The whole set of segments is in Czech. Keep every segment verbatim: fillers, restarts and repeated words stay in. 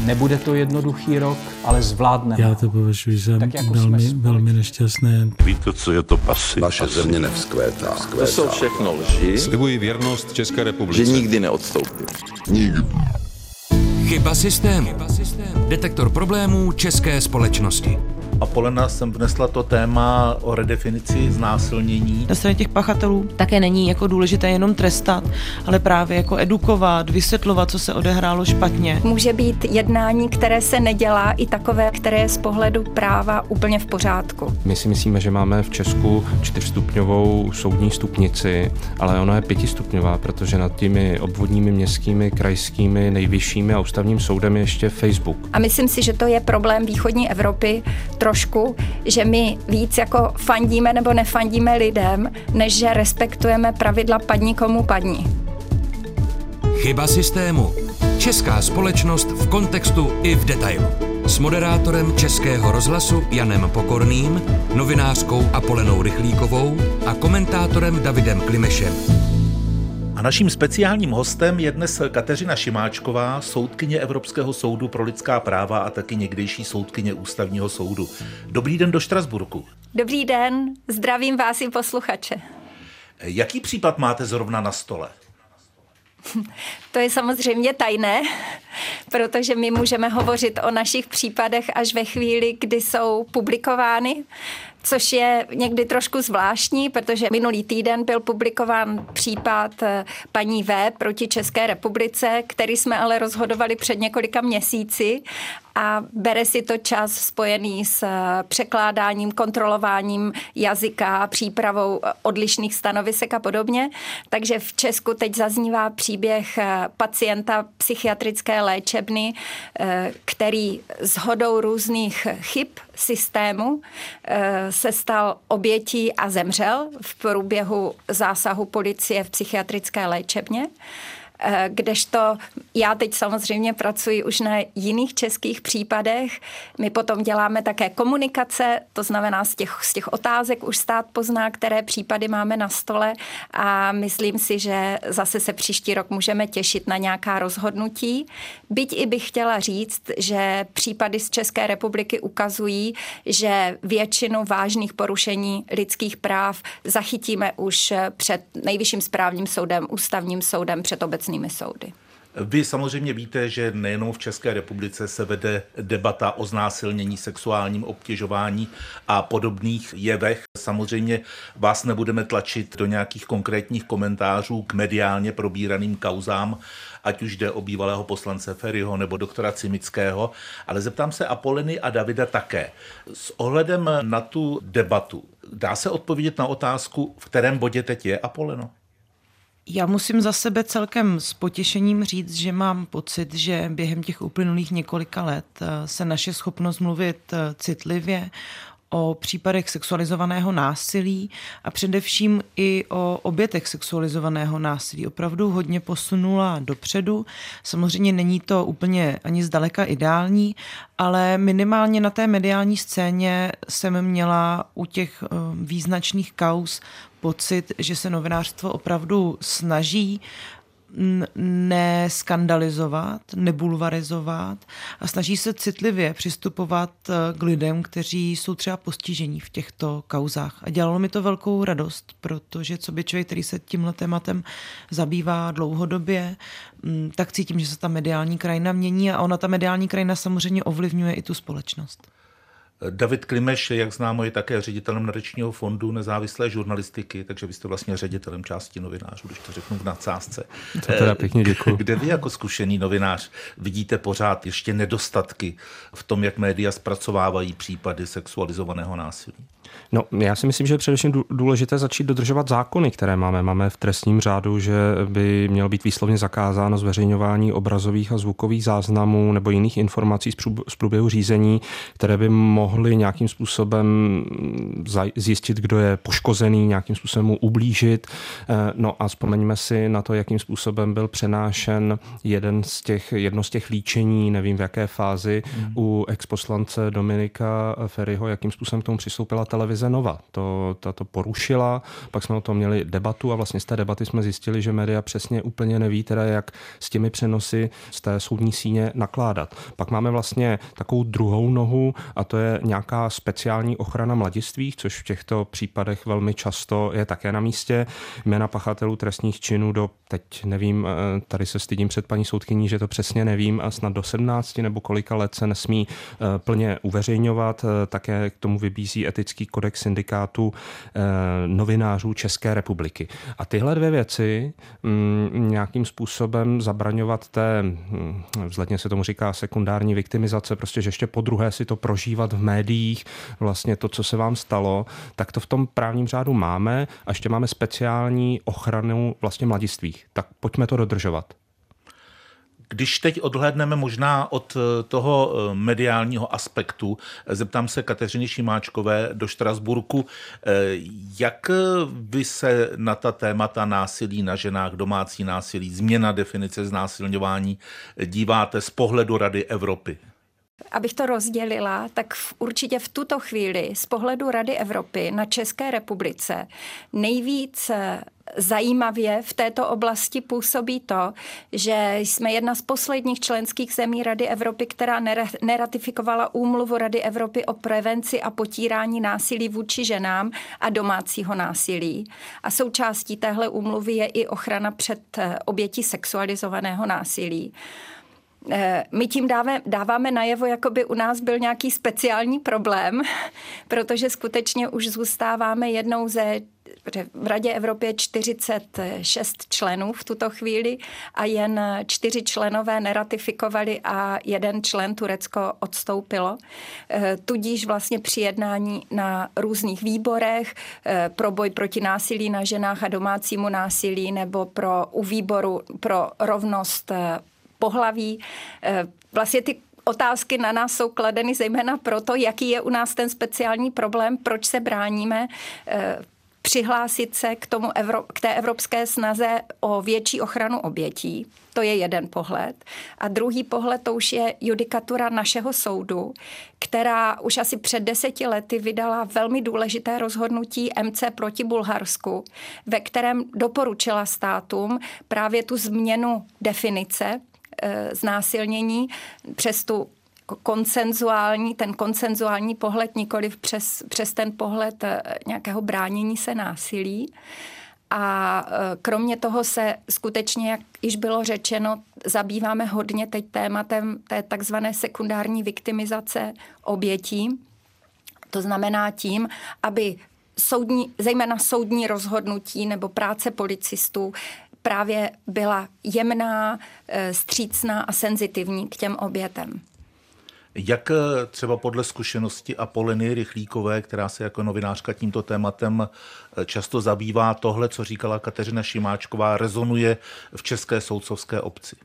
Nebude to jednoduchý rok, ale zvládneme. Já to považuji za jako velmi, velmi nešťastné. Víte, co je to pasy? Naše země nevzkvétá. To jsou všechno lži. Slibuji věrnost České republice. Že nikdy neodstoupím. Nikdy. Chyba systému. Detektor problémů české společnosti. Apolena sem vnesla to téma o redefinici znásilnění. Na straně těch pachatelů také není jako důležité jenom trestat, ale právě jako edukovat, vysvětlovat, co se odehrálo špatně. Může být jednání, které se nedělá, i takové, které je z pohledu práva úplně v pořádku. My si myslíme, že máme v Česku čtyřstupňovou soudní stupnici, ale ona je pětistupňová, protože nad těmi obvodními, městskými, krajskými, nejvyššími a ústavním soudem je ještě Facebook. A myslím si, že to je problém východní Evropy, trošku, že my víc jako fandíme nebo nefandíme lidem, než že respektujeme pravidla padni komu padni. Chyba systému. Česká společnost v kontextu i v detailu. S moderátorem Českého rozhlasu Janem Pokorným, novinářkou Apolenou Rychlíkovou a komentátorem Davidem Klimešem. A naším speciálním hostem je dnes Kateřina Šimáčková, soudkyně Evropského soudu pro lidská práva a taky někdejší soudkyně Ústavního soudu. Dobrý den do Štrasburku. Dobrý den, zdravím vás i posluchače. Jaký případ máte zrovna na stole? To je samozřejmě tajné, protože my můžeme hovořit o našich případech až ve chvíli, kdy jsou publikovány, což je někdy trošku zvláštní, protože minulý týden byl publikován případ paní V proti České republice, který jsme ale rozhodovali před několika měsíci a bere si to čas spojený s překládáním, kontrolováním jazyka, přípravou odlišných stanovisek a podobně. Takže v Česku teď zaznívá příběh pacienta psychiatrické léčebny, který shodou různých chyb systému se stal obětí a zemřel v průběhu zásahu policie v psychiatrické léčebně. Kdežto já teď samozřejmě pracuji už na jiných českých případech. My potom děláme také komunikace, to znamená z těch, z těch otázek už stát pozná, které případy máme na stole a myslím si, že zase se příští rok můžeme těšit na nějaká rozhodnutí. Byť i bych chtěla říct, že případy z České republiky ukazují, že většinu vážných porušení lidských práv zachytíme už před Nejvyšším správním soudem, Ústavním soudem, před obecnými soudy. Vy samozřejmě víte, že nejenom v České republice se vede debata o znásilnění, sexuálním obtěžování a podobných jevech. Samozřejmě vás nebudeme tlačit do nějakých konkrétních komentářů k mediálně probíraným kauzám, ať už jde o bývalého poslance Feriho nebo doktora Cimického, ale zeptám se Apoleny a Davida také. S ohledem na tu debatu, dá se odpovědět na otázku, v kterém bodě teď je Apoleno? Já musím za sebe celkem s potěšením říct, že mám pocit, že během těch uplynulých několika let se naše schopnost mluvit citlivě o případech sexualizovaného násilí a především i o obětech sexualizovaného násilí opravdu hodně posunula dopředu. Samozřejmě není to úplně ani zdaleka ideální, ale minimálně na té mediální scéně jsem měla u těch význačných kauz pocit, že se novinářstvo opravdu snaží neskandalizovat, nebulvarizovat a snaží se citlivě přistupovat k lidem, kteří jsou třeba postižení v těchto kauzách. A dělalo mi to velkou radost, protože co by člověk, který se tímhle tématem zabývá dlouhodobě, tak cítím, že se ta mediální krajina mění a ona ta mediální krajina samozřejmě ovlivňuje i tu společnost. David Klimeš, jak známo, je také ředitelem Nadačního fondu nezávislé žurnalistiky, takže vy jste vlastně ředitelem části novinářů, když to řeknu v nadsázce. To teda pěkně děkuji. Kde vy jako zkušený novinář vidíte pořád ještě nedostatky v tom, jak média zpracovávají případy sexualizovaného násilí? No, já si myslím, že je především důležité začít dodržovat zákony, které máme. Máme v trestním řádu, že by mělo být výslovně zakázáno zveřejňování obrazových a zvukových záznamů nebo jiných informací z průběhu řízení, které by mohly mohli nějakým způsobem zjistit, kdo je poškozený, nějakým způsobem mu ublížit. No a vzpomeňme si na to, jakým způsobem byl přenášen jeden z těch, jedno z těch líčení, nevím v jaké fázi, hmm. u exposlance Dominika Feriho, jakým způsobem k tomu přistoupila televize Nova. To, to, to porušila, pak jsme o tom měli debatu a vlastně z té debaty jsme zjistili, že média přesně úplně neví, teda jak s těmi přenosy z té soudní síně nakládat. Pak máme vlastně takovou druhou nohu a to je nějaká speciální ochrana mladistvých, což v těchto případech velmi často je také na místě. Jména pachatelů trestních činů do, teď nevím, tady se stydím před paní soudkyní, že to přesně nevím, a snad do sedmnácti nebo kolika let se nesmí plně uveřejňovat. Také k tomu vybízí etický kodex syndikátu novinářů České republiky. A tyhle dvě věci m, nějakým způsobem zabraňovat té, vzhledně se tomu říká sekundární viktimizace, prostě, že ještě po druhé si to prožívat v médiích, vlastně to, co se vám stalo, tak to v tom právním řádu máme a ještě máme speciální ochranu vlastně mladistvých. Tak pojďme to dodržovat. Když teď odhlédneme možná od toho mediálního aspektu, zeptám se Kateřiny Šimáčkové do Štrasburku, jak vy se na ta témata násilí na ženách, domácí násilí, změna definice znásilňování díváte z pohledu Rady Evropy? Abych to rozdělila, tak v, určitě v tuto chvíli z pohledu Rady Evropy na České republice nejvíc zajímavě v této oblasti působí to, že jsme jedna z posledních členských zemí Rady Evropy, která neratifikovala úmluvu Rady Evropy o prevenci a potírání násilí vůči ženám a domácího násilí. A součástí téhle úmluvy je i ochrana před obětí sexualizovaného násilí. My tím dáváme, dáváme najevo, jako by u nás byl nějaký speciální problém, protože skutečně už zůstáváme jednou ze v Radě Evropy je čtyřicet šest členů v tuto chvíli a jen čtyři členové neratifikovali a jeden člen, Turecko, odstoupilo. Tudíž vlastně při jednání na různých výborech pro boj proti násilí na ženách a domácímu násilí nebo pro, u výboru pro rovnost pohlaví. Vlastně ty otázky na nás jsou kladeny zejména proto, jaký je u nás ten speciální problém, proč se bráníme přihlásit se k, tomu Evro- k té evropské snaze o větší ochranu obětí. To je jeden pohled. A druhý pohled, to už je judikatura našeho soudu, která už asi před deseti lety vydala velmi důležité rozhodnutí M C proti Bulharsku, ve kterém doporučila státům právě tu změnu definice e, znásilnění přes tu konsenzuální, ten konsenzuální pohled, nikoliv přes, přes ten pohled nějakého bránění se násilí. A kromě toho se skutečně, jak již bylo řečeno, zabýváme hodně teď tématem té takzvané sekundární viktimizace obětí. To znamená tím, aby soudní, zejména soudní rozhodnutí nebo práce policistů právě byla jemná, vstřícná a senzitivní k těm obětem. Jak třeba podle zkušenosti Apoleny Rychlíkové, která se jako novinářka tímto tématem často zabývá, tohle, co říkala Kateřina Šimáčková, rezonuje v české soudcovské obci?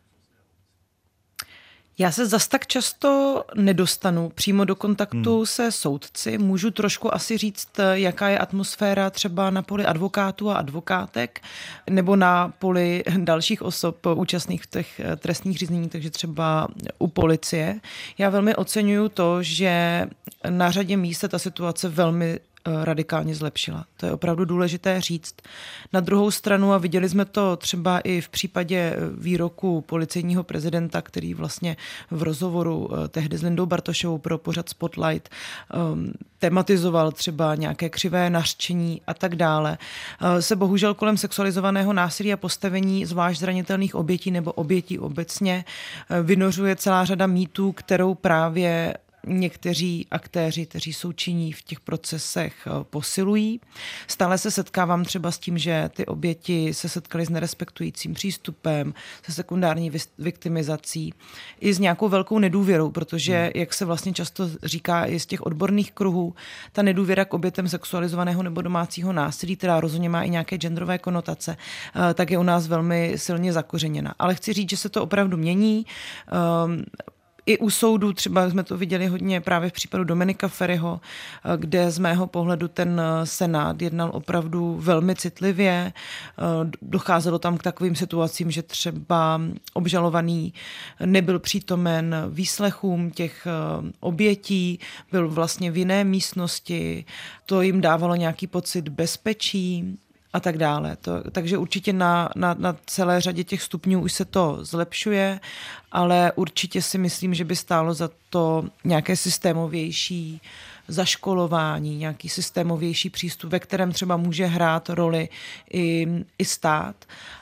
Já se zas tak často nedostanu přímo do kontaktu hmm. se soudci. Můžu trošku asi říct, jaká je atmosféra třeba na poli advokátů a advokátek nebo na poli dalších osob účastných v těch trestních řízení, takže třeba u policie. Já velmi oceňuju to, že na řadě míst se ta situace velmi radikálně zlepšila. To je opravdu důležité říct. Na druhou stranu, a viděli jsme to třeba i v případě výroku policejního prezidenta, který vlastně v rozhovoru tehdy s Lindou Bartošovou pro pořad Spotlight um, tematizoval třeba nějaké křivé nařčení a tak dále, uh, se bohužel kolem sexualizovaného násilí a postavení zvlášť zranitelných obětí nebo obětí obecně uh, vynořuje celá řada mýtů, kterou právě někteří aktéři, kteří jsou činní v těch procesech, posilují. Stále se setkávám třeba s tím, že ty oběti se setkaly s nerespektujícím přístupem, se sekundární viktimizací i s nějakou velkou nedůvěrou, protože, jak se vlastně často říká i z těch odborných kruhů, ta nedůvěra k obětem sexualizovaného nebo domácího násilí, která rozhodně má i nějaké genderové konotace, tak je u nás velmi silně zakořeněna. Ale chci říct, že se to opravdu mění. i u soudu, třeba jsme to viděli hodně právě v případu Dominika Feriho, kde z mého pohledu ten senát jednal opravdu velmi citlivě. Docházelo tam k takovým situacím, že třeba obžalovaný nebyl přítomen výslechům těch obětí, byl vlastně v jiné místnosti, to jim dávalo nějaký pocit bezpečí a tak dále. To, takže určitě na, na, na celé řadě těch stupňů už se to zlepšuje, ale určitě si myslím, že by stálo za to nějaké systémovější zaškolování, nějaký systémovější přístup, ve kterém třeba může hrát roli i, i stát.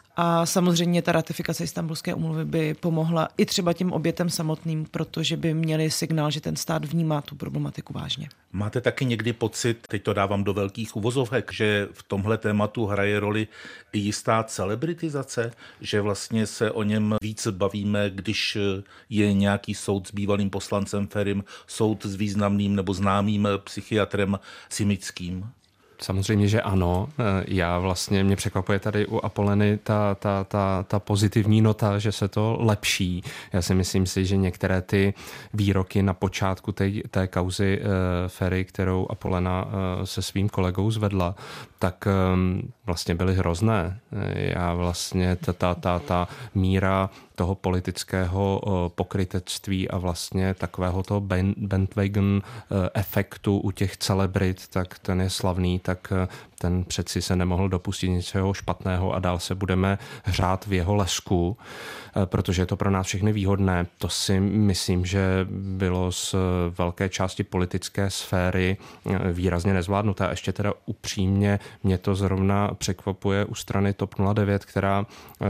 A samozřejmě ta ratifikace Istanbulské úmluvy by pomohla i třeba těm obětem samotným, protože by měli signál, že ten stát vnímá tu problematiku vážně. Máte taky někdy pocit, teď to dávám do velkých uvozovek, že v tomhle tématu hraje roli i jistá celebritizace, že vlastně se o něm víc bavíme, když je nějaký soud s bývalým poslancem Ferim, soud s významným nebo známým psychiatrem Simickým? Samozřejmě, že ano. Já vlastně, mě překvapuje tady u Apoleny ta, ta, ta, ta pozitivní nota, že se to lepší. Já si myslím si, že některé ty výroky na počátku té, té kauzy uh, Feri, kterou Apolena uh, se svým kolegou zvedla, tak um, vlastně byly hrozné. Já vlastně ta, ta, ta, ta míra toho politického pokrytectví a vlastně takového toho bandwagon efektu u těch celebrit, tak ten je slavný, tak ten přeci se nemohl dopustit něčeho špatného a dál se budeme hřát v jeho lesku, protože je to pro nás všechny výhodné. To si myslím, že bylo z velké části politické sféry výrazně nezvládnuté. A ještě teda upřímně mě to zrovna překvapuje u strany TOP nula devět, která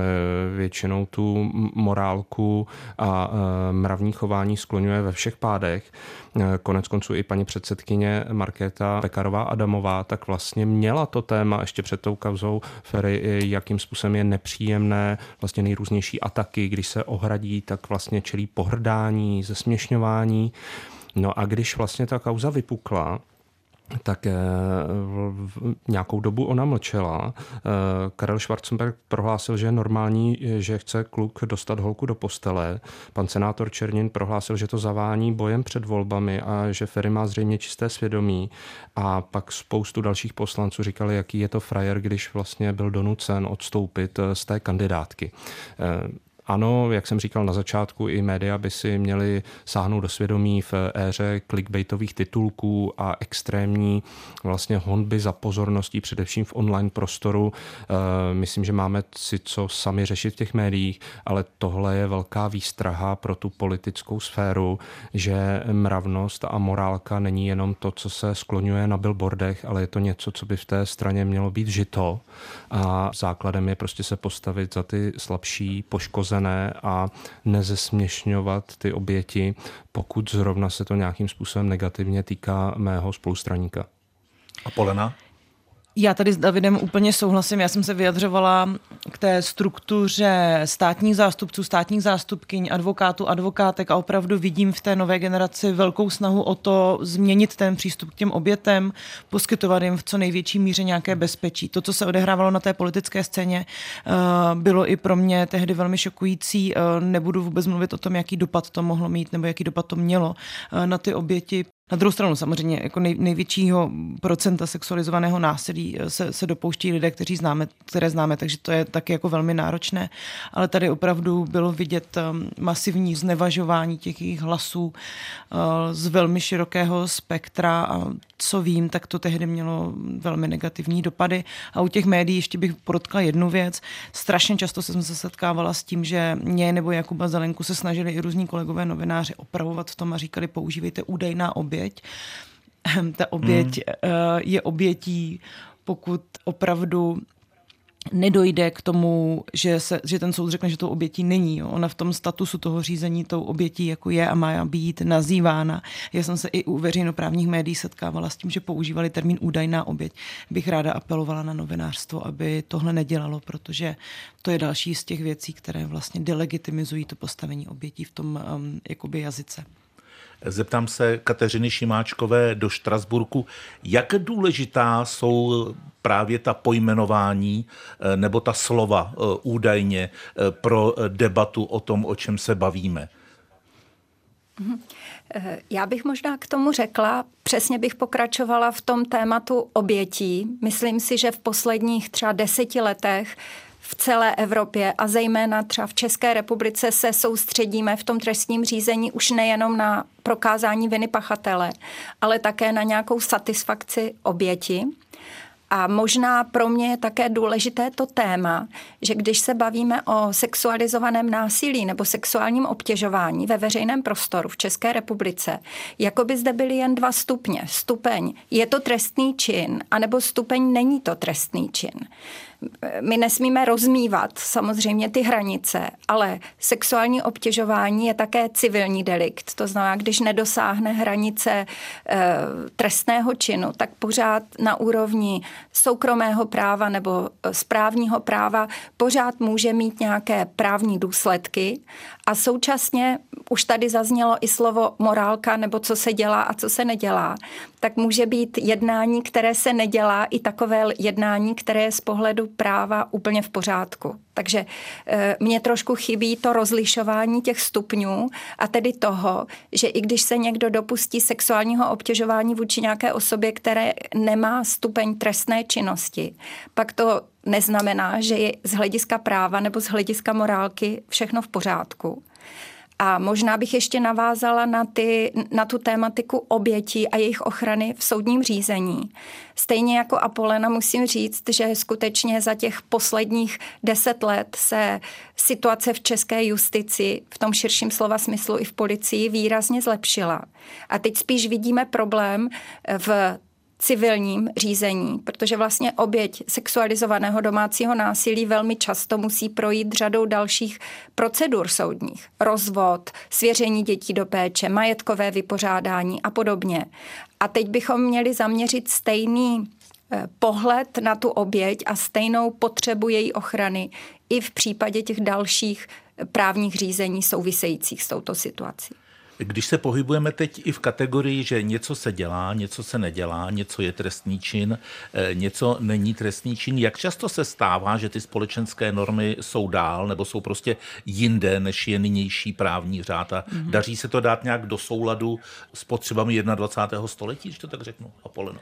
většinou tu morálku a mravní chování skloňuje ve všech pádech. Konec konců i paní předsedkyně Markéta Pekarová Adamová tak vlastně měla to téma ještě před tou kauzou Feri, jakým způsobem je nepříjemné vlastně nejrůznější ataky, když se ohradí, tak vlastně čelí pohrdání, zesměšňování. No a když vlastně ta kauza vypukla, tak nějakou dobu ona mlčela. Karel Schwarzenberg prohlásil, že je normální, že chce kluk dostat holku do postele. Pan senátor Černin prohlásil, že to zavání bojem před volbami a že Feri má zřejmě čisté svědomí. A pak spoustu dalších poslanců říkali, jaký je to frajer, když vlastně byl donucen odstoupit z té kandidátky. Ano, jak jsem říkal na začátku, i média by si měly sáhnout do svědomí v éře clickbaitových titulků a extrémní vlastně honby za pozorností, především v online prostoru. Myslím, že máme si co sami řešit v těch médiích, ale tohle je velká výstraha pro tu politickou sféru, že mravnost a morálka není jenom to, co se skloňuje na billboardech, ale je to něco, co by v té straně mělo být žito. A základem je prostě se postavit za ty slabší, poškozené a nezesměšňovat ty oběti, pokud zrovna se to nějakým způsobem negativně týká mého spolustraníka. Apolena? Já tady s Davidem úplně souhlasím. Já jsem se vyjadřovala k té struktuře státních zástupců, státních zástupkyň, advokátů, advokátek a opravdu vidím v té nové generaci velkou snahu o to změnit ten přístup k těm obětem, poskytovat jim v co největší míře nějaké bezpečí. To, co se odehrávalo na té politické scéně, bylo i pro mě tehdy velmi šokující. Nebudu vůbec mluvit o tom, jaký dopad to mohlo mít nebo jaký dopad to mělo na ty oběti. Na druhou stranu samozřejmě jako nej, největšího procenta sexualizovaného násilí se, se dopouští lidé, kteří známe, které známe, takže to je taky jako velmi náročné. Ale tady opravdu bylo vidět masivní znevažování těch jejich hlasů z velmi širokého spektra a co vím, tak to tehdy mělo velmi negativní dopady. A u těch médií ještě bych podotkla jednu věc. Strašně často jsem se setkávala s tím, že mě nebo Jakuba Zelenku se snažili i různí kolegové novináři opravovat v tom a říkali, používejte údajná oběť. Ta oběť hmm. je obětí, pokud opravdu nedojde k tomu, že, se, že ten soud řekne, že tou obětí není. Jo. Ona v tom statusu toho řízení tou obětí jako je a má být nazývána. Já jsem se i u veřejnoprávních médií setkávala s tím, že používali termín údajná oběť. Bych ráda apelovala na novinářstvo, aby tohle nedělalo, protože to je další z těch věcí, které vlastně delegitimizují to postavení obětí v tom um, jakoby jazyce. Zeptám se Kateřiny Šimáčkové do Štrasburku, jak důležitá jsou právě ta pojmenování nebo ta slova údajně pro debatu o tom, o čem se bavíme? Já bych možná k tomu řekla, přesně bych pokračovala v tom tématu obětí. Myslím si, že v posledních třeba deseti letech v celé Evropě a zejména třeba v České republice se soustředíme v tom trestním řízení už nejenom na prokázání viny pachatele, ale také na nějakou satisfakci oběti. A možná pro mě je také důležité to téma, že když se bavíme o sexualizovaném násilí nebo sexuálním obtěžování ve veřejném prostoru v České republice, jako by zde byly jen dva stupně. Stupeň je to trestný čin, anebo stupeň není to trestný čin. My nesmíme rozmývat samozřejmě ty hranice, ale sexuální obtěžování je také civilní delikt. To znamená, když nedosáhne hranice e, trestného činu, tak pořád na úrovni soukromého práva nebo správního práva pořád může mít nějaké právní důsledky a současně už tady zaznělo i slovo morálka nebo co se dělá a co se nedělá, tak může být jednání, které se nedělá, i takové jednání, které je z pohledu práva úplně v pořádku. Takže e, mně trošku chybí to rozlišování těch stupňů a tedy toho, že i když se někdo dopustí sexuálního obtěžování vůči nějaké osobě, které nemá stupeň trestné činnosti, pak to neznamená, že je z hlediska práva nebo z hlediska morálky všechno v pořádku. A možná bych ještě navázala na, ty, na tu tématiku obětí a jejich ochrany v soudním řízení. Stejně jako Apolena musím říct, že skutečně za těch posledních deset let se situace v české justici, v tom širším slova smyslu i v policii, výrazně zlepšila. A teď spíš vidíme problém v civilním řízení, protože vlastně oběť sexualizovaného domácího násilí velmi často musí projít řadou dalších procedur soudních. Rozvod, svěření dětí do péče, majetkové vypořádání a podobně. A teď bychom měli zaměřit stejný pohled na tu oběť a stejnou potřebu její ochrany i v případě těch dalších právních řízení souvisejících s touto situací. Když se pohybujeme teď i v kategorii, že něco se dělá, něco se nedělá, něco je trestný čin, něco není trestný čin, jak často se stává, že ty společenské normy jsou dál nebo jsou prostě jinde, než je nynější právní řád a mm-hmm. daří se to dát nějak do souladu s potřebami dvacátého prvního století, když to tak řeknu, Apoleno?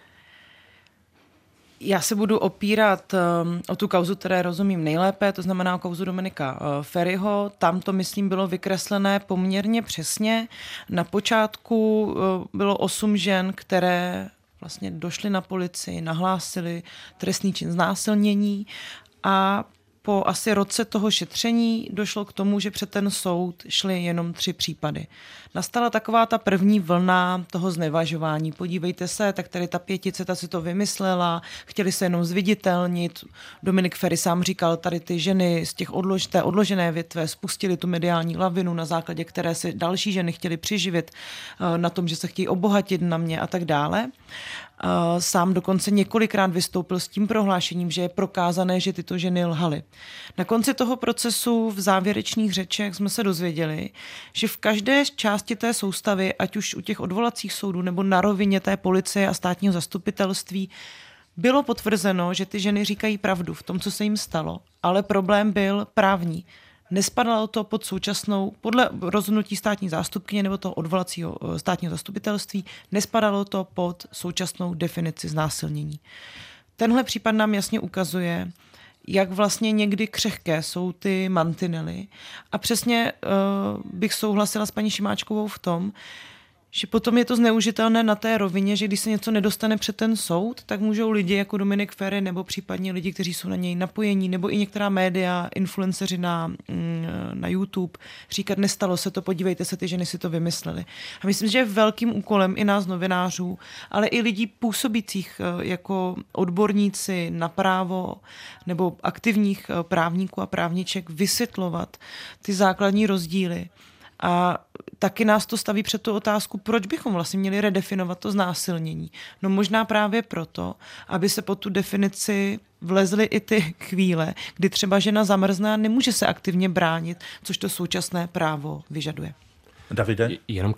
Já se budu opírat um, o tu kauzu, které rozumím nejlépe, to znamená o kauzu Dominika uh, Feriho. Tam to, myslím, bylo vykreslené poměrně přesně. Na počátku uh, bylo osm žen, které vlastně došly na policii, nahlásily trestný čin znásilnění a po asi roce toho šetření došlo k tomu, že před ten soud šly jenom tři případy. Nastala taková ta první vlna toho znevažování. Podívejte se, tak tady ta pětice, ta si to vymyslela, chtěli se jenom zviditelnit. Dominik Feri sám říkal, tady ty ženy z těch odlož, té odložené větve spustili tu mediální lavinu, na základě které se další ženy chtěly přiživit na tom, že se chtějí obohatit na mě a tak dále. Sám dokonce několikrát vystoupil s tím prohlášením, že je prokázané, že tyto ženy lhaly. Na konci toho procesu v závěrečných řečech jsme se dozvěděli, že v každé části té soustavy, ať už u těch odvolacích soudů nebo na rovině té policie a státního zastupitelství, bylo potvrzeno, že ty ženy říkají pravdu v tom, co se jim stalo, ale problém byl právní. Nespadalo to pod současnou, podle rozhodnutí státní zástupkyně nebo toho odvolacího státního zastupitelství, nespadalo to pod současnou definici znásilnění. Tenhle případ nám jasně ukazuje, jak vlastně někdy křehké jsou ty mantinely. A přesně uh, bych souhlasila s paní Šimáčkovou v tom, že potom je to zneužitelné na té rovině, že když se něco nedostane před ten soud, tak můžou lidi jako Dominik Feri nebo případně lidi, kteří jsou na něj napojení, nebo i některá média, influenceři na, na YouTube říkat, nestalo se to, podívejte se, ty ženy si to vymysleli. A myslím, že je velkým úkolem i nás novinářů, ale i lidí působících jako odborníci na právo nebo aktivních právníků a právniček vysvětlovat ty základní rozdíly. A taky nás to staví před tu otázku, proč bychom vlastně měli redefinovat to znásilnění. No možná právě proto, aby se pod tu definici vlezly i ty chvíle, kdy třeba žena zamrzne a nemůže se aktivně bránit, což to současné právo vyžaduje. Davide? Jenom krát,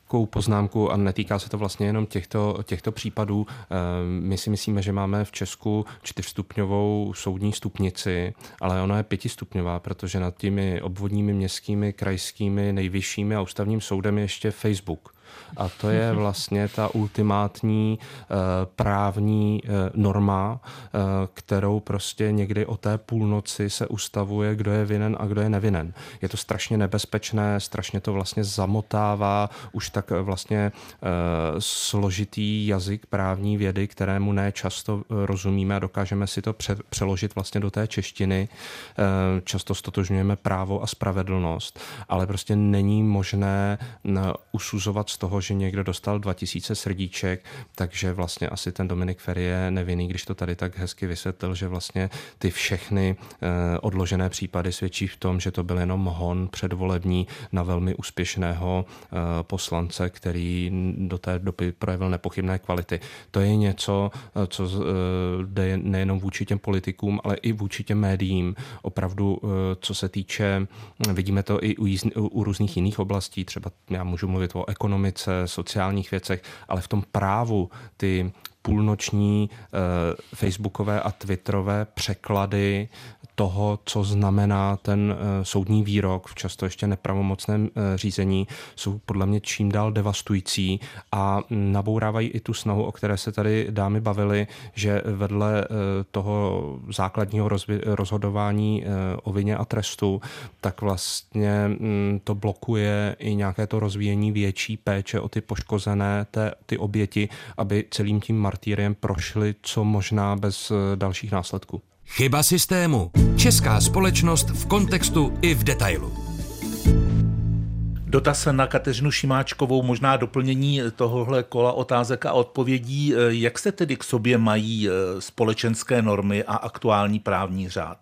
krátkou poznámku a netýká se to vlastně jenom těchto, těchto případů. My si myslíme, že máme v Česku čtyřstupňovou soudní stupnici, ale ona je pětistupňová, protože nad těmi obvodními, městskými, krajskými, nejvyššími a ústavním soudem je ještě Facebook. A to je vlastně ta ultimátní e, právní e, norma, e, kterou prostě někdy o té půlnoci se ustavuje, kdo je vinen a kdo je nevinen. Je to strašně nebezpečné, strašně to vlastně zamotává už tak vlastně e, složitý jazyk právní vědy, kterému ne často rozumíme a dokážeme si to pře- přeložit vlastně do té češtiny. E, často stotožňujeme právo a spravedlnost, ale prostě není možné n- usuzovat z toho, že někdo dostal dva tisíce srdíček, takže vlastně asi ten Dominik Feri je nevinný, když to tady tak hezky vysvětlil, že vlastně ty všechny eh, odložené případy svědčí v tom, že to byl jenom hon předvolební na velmi úspěšného eh, poslance, který do té doby projevil nepochybné kvality. To je něco, co eh, jde nejenom vůči těm politikům, ale i vůči těm médiím. Opravdu, eh, co se týče, vidíme to i u, jízn, u různých jiných oblastí, třeba já můžu mluvit o ekonomice, sociálních věcech, ale v tom právu ty půlnoční eh, facebookové a twitterové překlady toho, co znamená ten eh, soudní výrok v často ještě nepravomocném eh, řízení, jsou podle mě čím dál devastující a nabourávají i tu snahu, o které se tady dámy bavily, že vedle eh, toho základního rozvi- rozhodování eh, o vině a trestu, tak vlastně hm, to blokuje i nějaké to rozvíjení větší péče o ty poškozené, té, ty oběti, aby celým tím martýriem prošli co možná bez dalších následků. Chyba systému. Česká společnost v kontextu i v detailu. Dotaz na Kateřinu Šimáčkovou, možná doplnění tohohle kola otázek a odpovědí. Jak se tedy k sobě mají společenské normy a aktuální právní řád?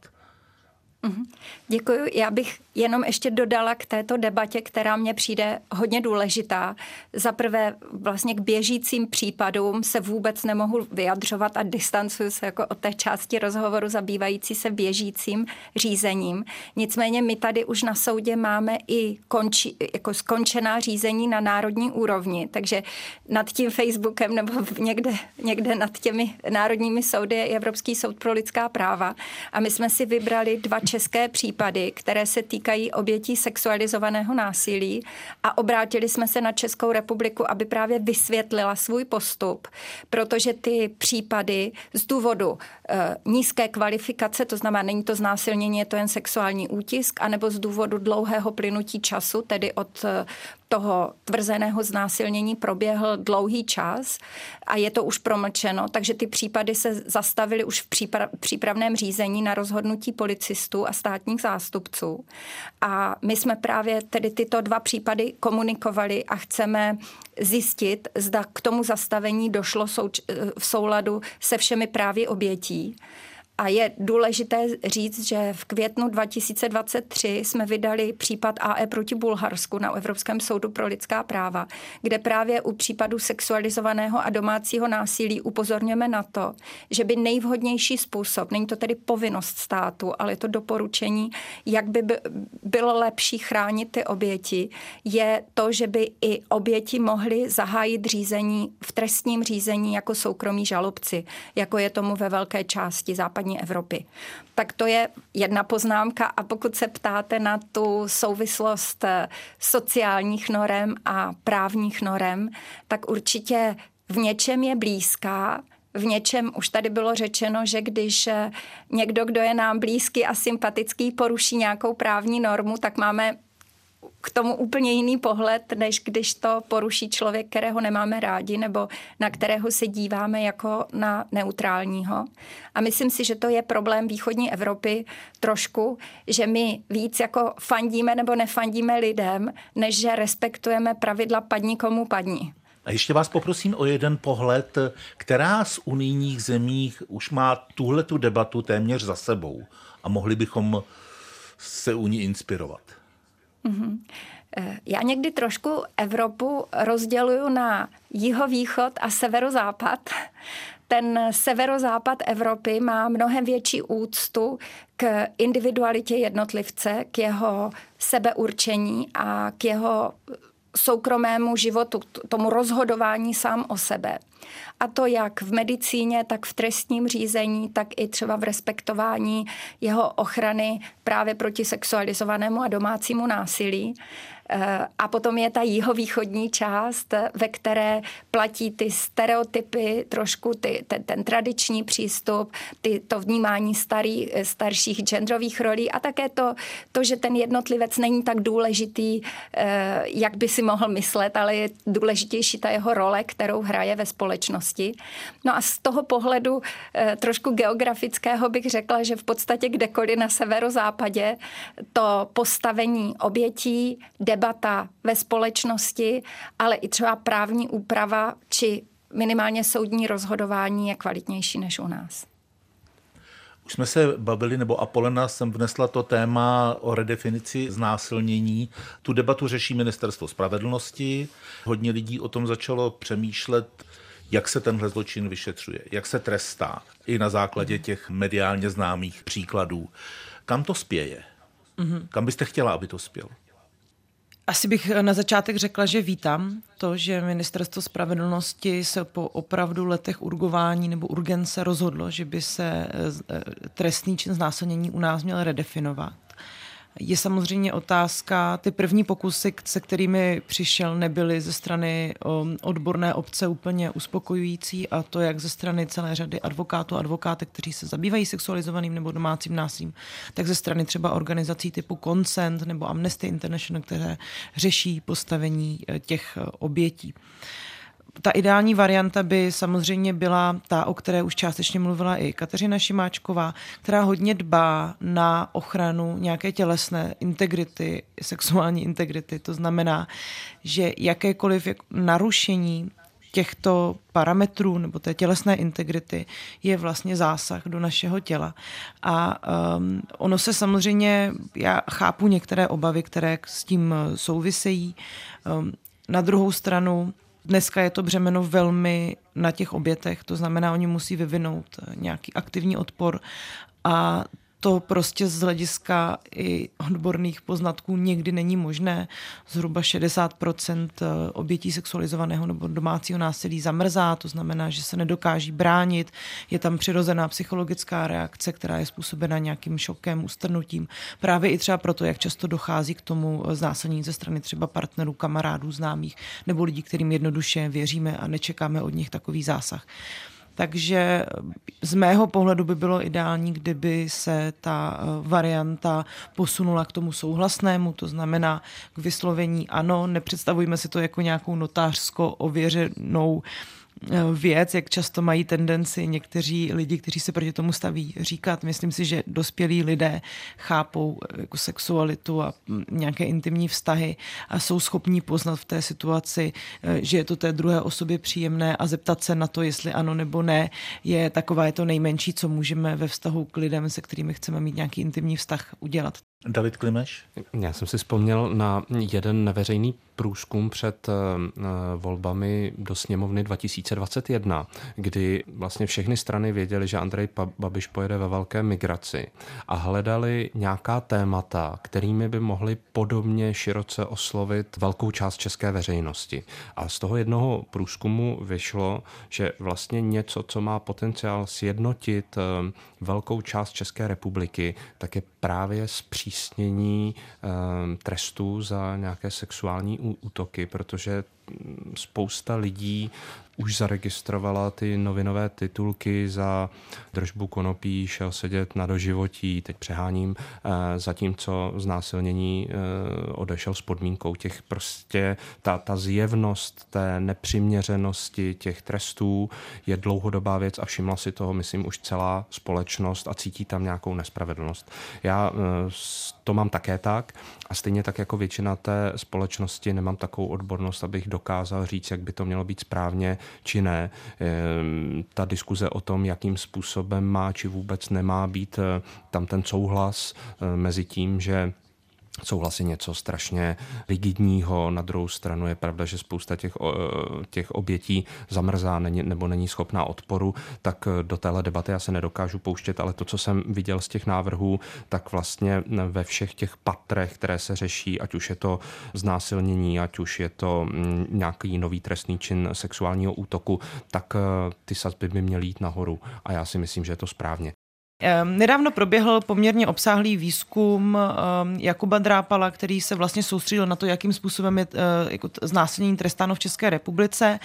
Děkuji. Já bych jenom ještě dodala k této debatě, která mně přijde hodně důležitá. Za prvé vlastně k běžícím případům se vůbec nemohu vyjadřovat a distancuju se jako od té části rozhovoru zabývající se běžícím řízením. Nicméně my tady už na soudě máme i konči, jako skončená řízení na národní úrovni, takže nad tím Facebookem nebo někde, někde nad těmi národními soudy je Evropský soud pro lidská práva a my jsme si vybrali dva české případy, které se týkají obětí sexualizovaného násilí a obrátili jsme se na Českou republiku, aby právě vysvětlila svůj postup, protože ty případy z důvodu e, nízké kvalifikace, to znamená, není to znásilnění, je to jen sexuální útisk, anebo z důvodu dlouhého plynutí času, tedy od e, toho tvrzeného znásilnění proběhl dlouhý čas a je to už promlčeno, takže ty případy se zastavily už v přípra- přípravném řízení na rozhodnutí policistů a státních zástupců. A my jsme právě tedy tyto dva případy komunikovali a chceme zjistit, zda k tomu zastavení došlo souč- v souladu se všemi právy obětí. A je důležité říct, že v květnu dva tisíce dvacet tři jsme vydali případ A E proti Bulharsku na Evropském soudu pro lidská práva, kde právě u případu sexualizovaného a domácího násilí upozorňujeme na to, že by nejvhodnější způsob, není to tedy povinnost státu, ale je to doporučení, jak by bylo lepší chránit ty oběti, je to, že by i oběti mohly zahájit řízení v trestním řízení jako soukromí žalobci, jako je tomu ve velké části západní Evropy. Tak to je jedna poznámka a pokud se ptáte na tu souvislost sociálních norem a právních norem, tak určitě v něčem je blízká. V něčem už tady bylo řečeno, že když někdo, kdo je nám blízký a sympatický, poruší nějakou právní normu, tak máme k tomu úplně jiný pohled, než když to poruší člověk, kterého nemáme rádi nebo na kterého se díváme jako na neutrálního. A myslím si, že to je problém východní Evropy trošku, že my víc jako fandíme nebo nefandíme lidem, než že respektujeme pravidla padni komu padni. A ještě vás poprosím o jeden pohled, která z unijních zemí už má tuhletu debatu téměř za sebou a mohli bychom se u ní inspirovat. Mm-hmm. Já někdy trošku Evropu rozděluju na jihovýchod a severozápad. Ten severozápad Evropy má mnohem větší úctu k individualitě jednotlivce, k jeho sebeurčení a k jeho soukromému životu, tomu rozhodování sám o sebe. A to jak v medicíně, tak v trestním řízení, tak i třeba v respektování jeho ochrany právě proti sexualizovanému a domácímu násilí. A potom je ta jihovýchodní část, ve které platí ty stereotypy, trošku ty, ten, ten tradiční přístup, ty, to vnímání starý, starších genderových rolí a také to, to, že ten jednotlivec není tak důležitý, jak by si mohl myslet, ale je důležitější ta jeho role, kterou hraje ve společnosti. No a z toho pohledu trošku geografického bych řekla, že v podstatě kdekoliv na severozápadě to postavení obětí, debata ve společnosti, ale i třeba právní úprava či minimálně soudní rozhodování je kvalitnější než u nás. Už jsme se bavili, nebo Apolena jsem vnesla to téma o redefinici znásilnění. Tu debatu řeší Ministerstvo spravedlnosti. Hodně lidí o tom začalo přemýšlet, jak se tenhle zločin vyšetřuje, jak se trestá, i na základě těch mediálně známých příkladů. Kam to spěje? Mm-hmm. Kam byste chtěla, aby to spělo? Asi bych na začátek řekla, že vítám to, že Ministerstvo spravedlnosti se po opravdu letech urgování nebo urgence rozhodlo, že by se trestný čin znásilnění u nás měl redefinovat. Je samozřejmě otázka, ty první pokusy, se kterými přišel, nebyly ze strany odborné obce úplně uspokojující, a to jak ze strany celé řady advokátů a advokátek, kteří se zabývají sexualizovaným nebo domácím násilím, tak ze strany třeba organizací typu Consent nebo Amnesty International, které řeší postavení těch obětí. Ta ideální varianta by samozřejmě byla ta, o které už částečně mluvila i Kateřina Šimáčková, která hodně dbá na ochranu nějaké tělesné integrity, sexuální integrity. To znamená, že jakékoliv narušení těchto parametrů nebo té tělesné integrity je vlastně zásah do našeho těla. A um, ono se samozřejmě, já chápu některé obavy, které s tím souvisejí. Um, na druhou stranu dneska je to břemeno velmi na těch obětech, to znamená, oni musí vyvinout nějaký aktivní odpor a to prostě z hlediska i odborných poznatků někdy není možné. Zhruba šedesát procent obětí sexualizovaného nebo domácího násilí zamrzá, to znamená, že se nedokáží bránit. Je tam přirozená psychologická reakce, která je způsobena nějakým šokem, ustrnutím. Právě i třeba proto, jak často dochází k tomu znásilnění ze strany třeba partnerů, kamarádů, známých nebo lidí, kterým jednoduše věříme a nečekáme od nich takový zásah. Takže z mého pohledu by bylo ideální, kdyby se ta varianta posunula k tomu souhlasnému, to znamená k vyslovení ano, nepředstavujme si to jako nějakou notářsko ověřenou věc, jak často mají tendenci někteří lidi, kteří se proti tomu staví, říkat. Myslím si, že dospělí lidé chápou jako sexualitu a nějaké intimní vztahy a jsou schopní poznat v té situaci, že je to té druhé osobě příjemné a zeptat se na to, jestli ano nebo ne, je takové to nejmenší, co můžeme ve vztahu k lidem, se kterými chceme mít nějaký intimní vztah, udělat. David Klimeš? Já jsem si vzpomněl na jeden neveřejný průzkum před volbami do sněmovny dva tisíce dvacet jedna, kdy vlastně všechny strany věděly, že Andrej Babiš pojede ve velké migraci a hledali nějaká témata, kterými by mohli podobně široce oslovit velkou část české veřejnosti. A z toho jednoho průzkumu vyšlo, že vlastně něco, co má potenciál sjednotit velkou část České republiky, tak je právě zpřísnění trestů za nějaké sexuální útoky, protože spousta lidí už zaregistrovala ty novinové titulky za držbu konopí, šel sedět na doživotí, teď přeháním, zatímco znásilnění odešel s podmínkou. Těch prostě ta, ta zjevnost té nepřiměřenosti těch trestů je dlouhodobá věc a všimla si toho, myslím, už celá společnost a cítí tam nějakou nespravedlnost. Já to mám také tak a stejně tak jako většina té společnosti nemám takovou odbornost, abych dokázal říct, jak by to mělo být správně či ne. Ta diskuze o tom, jakým způsobem má či vůbec nemá být tam ten souhlas mezi tím, že jsou vlastně něco strašně rigidního. Na druhou stranu je pravda, že spousta těch, těch obětí zamrzá není, nebo není schopná odporu, tak do téhle debaty já se nedokážu pouštět, ale to, co jsem viděl z těch návrhů, tak vlastně ve všech těch patrech, které se řeší, ať už je to znásilnění, ať už je to nějaký nový trestný čin sexuálního útoku, tak ty sazby by měly jít nahoru a já si myslím, že je to správně. Nedávno proběhl poměrně obsáhlý výzkum Jakuba Drápala, který se vlastně soustředil na to, jakým způsobem je jako znásilnění trestáno v České republice.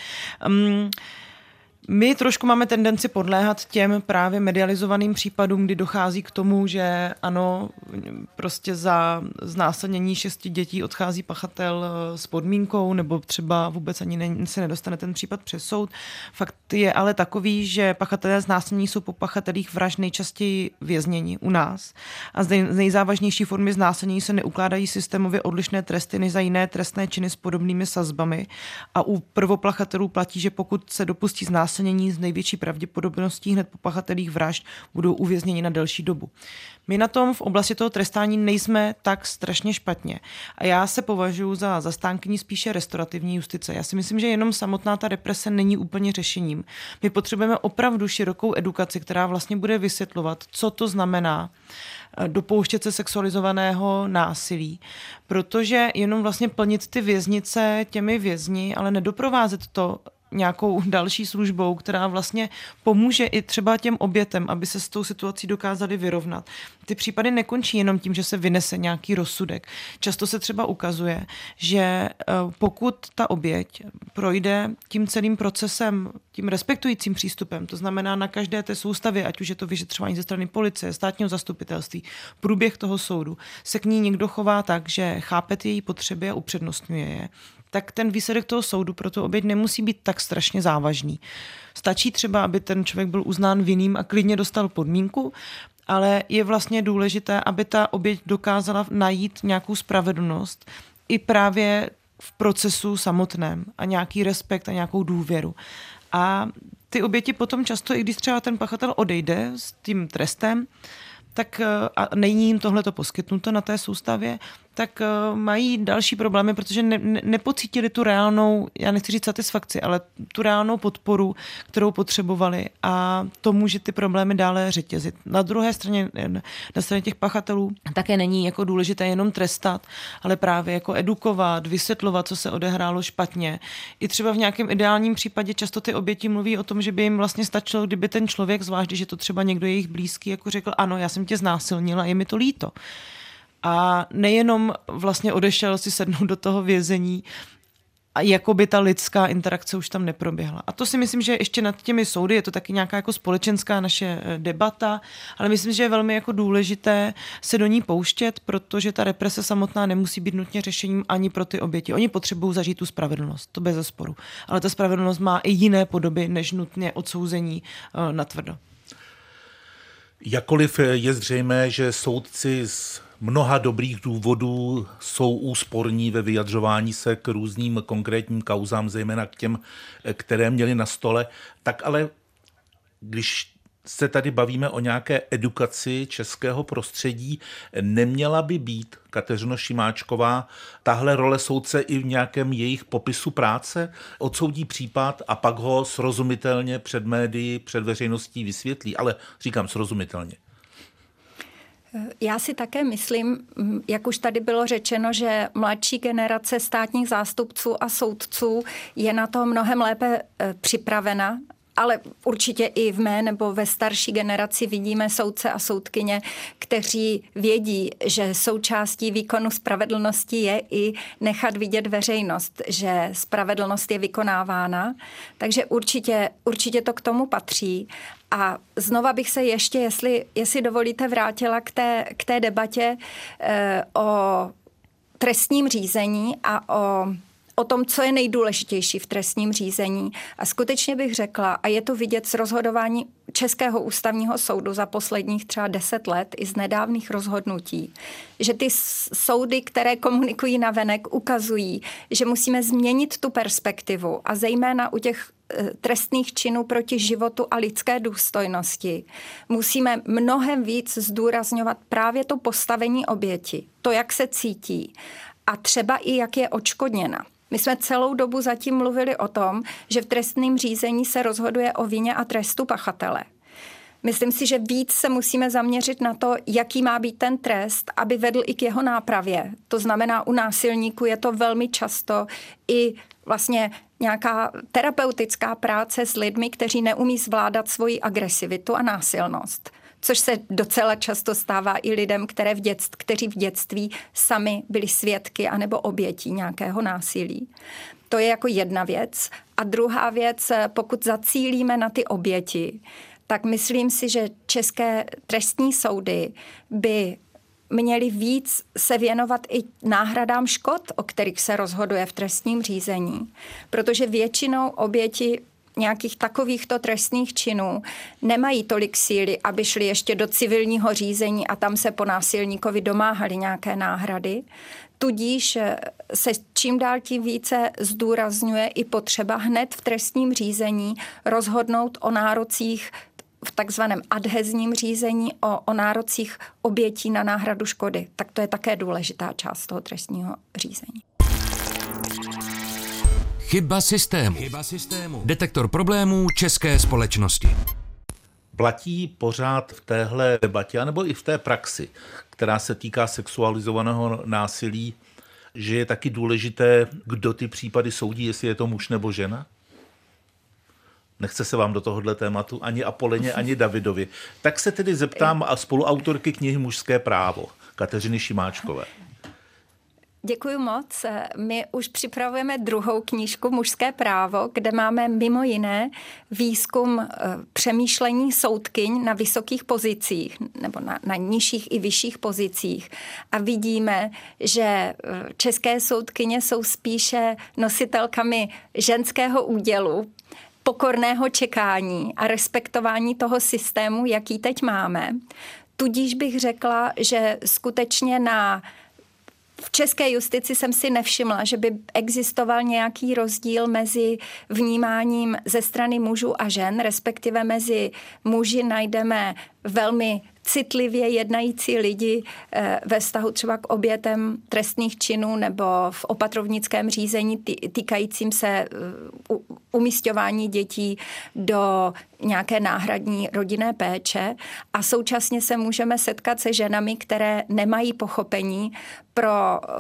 My trošku máme tendenci podléhat těm právě medializovaným případům, kdy dochází k tomu, že ano, prostě za znásilnění šesti dětí odchází pachatel s podmínkou, nebo třeba vůbec ani ne, se nedostane ten případ přes soud. Fakt je ale takový, že pachatelé znásilnění jsou po pachatelích vražd nejčastěji vězněni u nás a z nejzávažnější formy znásilnění se neukládají systémově odlišné tresty než za jiné trestné činy s podobnými sazbami a u prvopachatelů platí, že pokud se dopustí znásilnění z největší pravděpodobností hned po pachatelích vražd budou uvězněni na delší dobu. My na tom v oblasti toho trestání nejsme tak strašně špatně. A já se považuji za zastánkyni spíše restaurativní justice. Já si myslím, že jenom samotná ta represe není úplně řešením. My potřebujeme opravdu širokou edukaci, která vlastně bude vysvětlovat, co to znamená dopouštět se sexualizovaného násilí, protože jenom vlastně plnit ty věznice těmi vězni, ale nedoprovázet to nějakou další službou, která vlastně pomůže i třeba těm obětem, aby se s tou situací dokázali vyrovnat. Ty případy nekončí jenom tím, že se vynese nějaký rozsudek. Často se třeba ukazuje, že pokud ta oběť projde tím celým procesem, tím respektujícím přístupem, to znamená na každé té soustavě, ať už je to vyšetřování ze strany policie, státního zastupitelství, průběh toho soudu, se k ní někdo chová tak, že chápe ty její potřeby a upřednostňuje je, tak ten výsledek toho soudu pro tu oběť nemusí být tak strašně závažný. Stačí třeba, aby ten člověk byl uznán vinným a klidně dostal podmínku, ale je vlastně důležité, aby ta oběť dokázala najít nějakou spravedlnost i právě v procesu samotném a nějaký respekt a nějakou důvěru. A ty oběti potom často, i když třeba ten pachatel odejde s tím trestem, tak a není jim tohleto poskytnuto na té soustavě, tak mají další problémy, protože ne, ne, nepocítili tu reálnou, já nechci říct satisfakci, ale tu reálnou podporu, kterou potřebovali a to může ty problémy dále řetězit. Na druhé straně, na straně těch pachatelů také není jako důležité jenom trestat, ale právě jako edukovat, vysvětlovat, co se odehrálo špatně. I třeba v nějakém ideálním případě často ty oběti mluví o tom, že by jim vlastně stačilo, kdyby ten člověk, zvlášť když je to třeba někdo jejich blízký, jako řekl, ano, já jsem tě znásilnila, je mi to líto. A nejenom vlastně odešel si sednout do toho vězení a jako by ta lidská interakce už tam neproběhla. A to si myslím, že ještě nad těmi soudy je to taky nějaká jako společenská naše debata, ale myslím, že je velmi jako důležité se do ní pouštět, protože ta represe samotná nemusí být nutně řešením ani pro ty oběti. Oni potřebují zažít tu spravedlnost, to bez zesporu. Ale ta spravedlnost má i jiné podoby, než nutně odsouzení natvrdo. Jakkoliv je zřejmé, že soudci z mnoha dobrých důvodů jsou úsporní ve vyjadřování se k různým konkrétním kauzám, zejména k těm, které měli na stole, tak ale když se tady bavíme o nějaké edukaci českého prostředí, neměla by být, Kateřino Šimáčková, tahle role soudce i v nějakém jejich popisu práce? Odsoudí případ a pak ho srozumitelně před médii, před veřejností vysvětlí, ale říkám srozumitelně. Já si také myslím, jak už tady bylo řečeno, že mladší generace státních zástupců a soudců je na to mnohem lépe připravena, ale určitě i v mé nebo ve starší generaci vidíme soudce a soudkyně, kteří vědí, že součástí výkonu spravedlnosti je i nechat vidět veřejnost, že spravedlnost je vykonávána. Takže určitě, určitě to k tomu patří. A znova bych se ještě, jestli, jestli dovolíte, vrátila k té, k té debatě eh, o trestním řízení a o o tom, co je nejdůležitější v trestním řízení. A skutečně bych řekla, a je to vidět z rozhodování Českého ústavního soudu za posledních třeba deset let i z nedávných rozhodnutí, že ty soudy, které komunikují navenek, ukazují, že musíme změnit tu perspektivu a zejména u těch trestných činů proti životu a lidské důstojnosti musíme mnohem víc zdůrazňovat právě to postavení oběti, to, jak se cítí a třeba i jak je odškodněna. My jsme celou dobu zatím mluvili o tom, že v trestním řízení se rozhoduje o vině a trestu pachatele. Myslím si, že víc se musíme zaměřit na to, jaký má být ten trest, aby vedl i k jeho nápravě. To znamená, u násilníků je to velmi často i vlastně nějaká terapeutická práce s lidmi, kteří neumí zvládat svoji agresivitu a násilnost. Což se docela často stává i lidem, které v dětství, kteří v dětství sami byli svědky anebo obětí nějakého násilí. To je jako jedna věc. A druhá věc, pokud zacílíme na ty oběti, tak myslím si, že české trestní soudy by měly víc se věnovat i náhradám škod, o kterých se rozhoduje v trestním řízení. Protože většinou oběti nějakých takovýchto trestných činů nemají tolik síly, aby šli ještě do civilního řízení a tam se po násilníkovi domáhali nějaké náhrady. Tudíž se čím dál tím více zdůrazňuje i potřeba hned v trestním řízení rozhodnout o nárocích v takzvaném adhezním řízení o, o nárocích obětí na náhradu škody. Tak to je také důležitá část toho trestního řízení. Chyba systému. Chyba systému. Detektor problémů české společnosti. Platí pořád v téhle debatě, anebo i v té praxi, která se týká sexualizovaného násilí, že je taky důležité, kdo ty případy soudí, jestli je to muž nebo žena? Nechce se vám do tohohle tématu ani Apoleně, ani Davidovi. Tak se tedy zeptám a spoluautorky knihy Mužské právo, Kateřiny Šimáčkové. Děkuji moc. My už připravujeme druhou knížku Mužské právo, kde máme mimo jiné výzkum přemýšlení soudkyň na vysokých pozicích nebo na, na nižších i vyšších pozicích. A vidíme, že české soudkyně jsou spíše nositelkami ženského údělu, pokorného čekání a respektování toho systému, jaký teď máme. Tudíž bych řekla, že skutečně na v české justici jsem si nevšimla, že by existoval nějaký rozdíl mezi vnímáním ze strany mužů a žen, respektive mezi muži najdeme velmi citlivě jednající lidi ve vztahu třeba k obětem trestných činů nebo v opatrovnickém řízení týkajícím se umísťování dětí do nějaké náhradní rodinné péče a současně se můžeme setkat se ženami, které nemají pochopení pro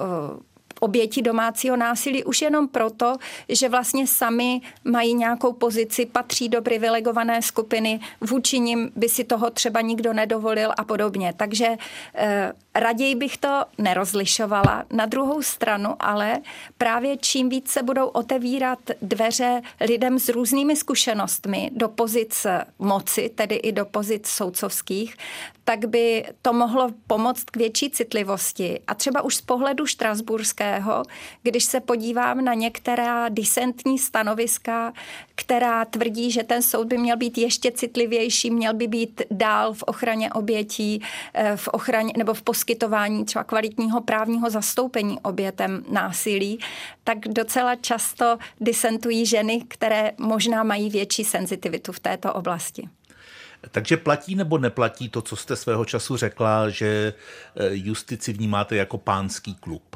oběti domácího násilí už jenom proto, že vlastně sami mají nějakou pozici, patří do privilegované skupiny, vůči nim by si toho třeba nikdo nedovolil a podobně. Takže eh, raději bych to nerozlišovala. Na druhou stranu ale právě čím víc se budou otevírat dveře lidem s různými zkušenostmi do pozic moci, tedy i do pozic soudcovských, tak by to mohlo pomoct k větší citlivosti. A třeba už z pohledu štrasburského, když se podívám na některá disentní stanoviska, která tvrdí, že ten soud by měl být ještě citlivější, měl by být dál v ochraně obětí, v ochraně nebo v poskytování třeba kvalitního právního zastoupení obětem násilí, tak docela často disentují ženy, které možná mají větší senzitivitu v této oblasti. Takže platí nebo neplatí to, co jste svého času řekla, že justici vnímáte jako pánský klub?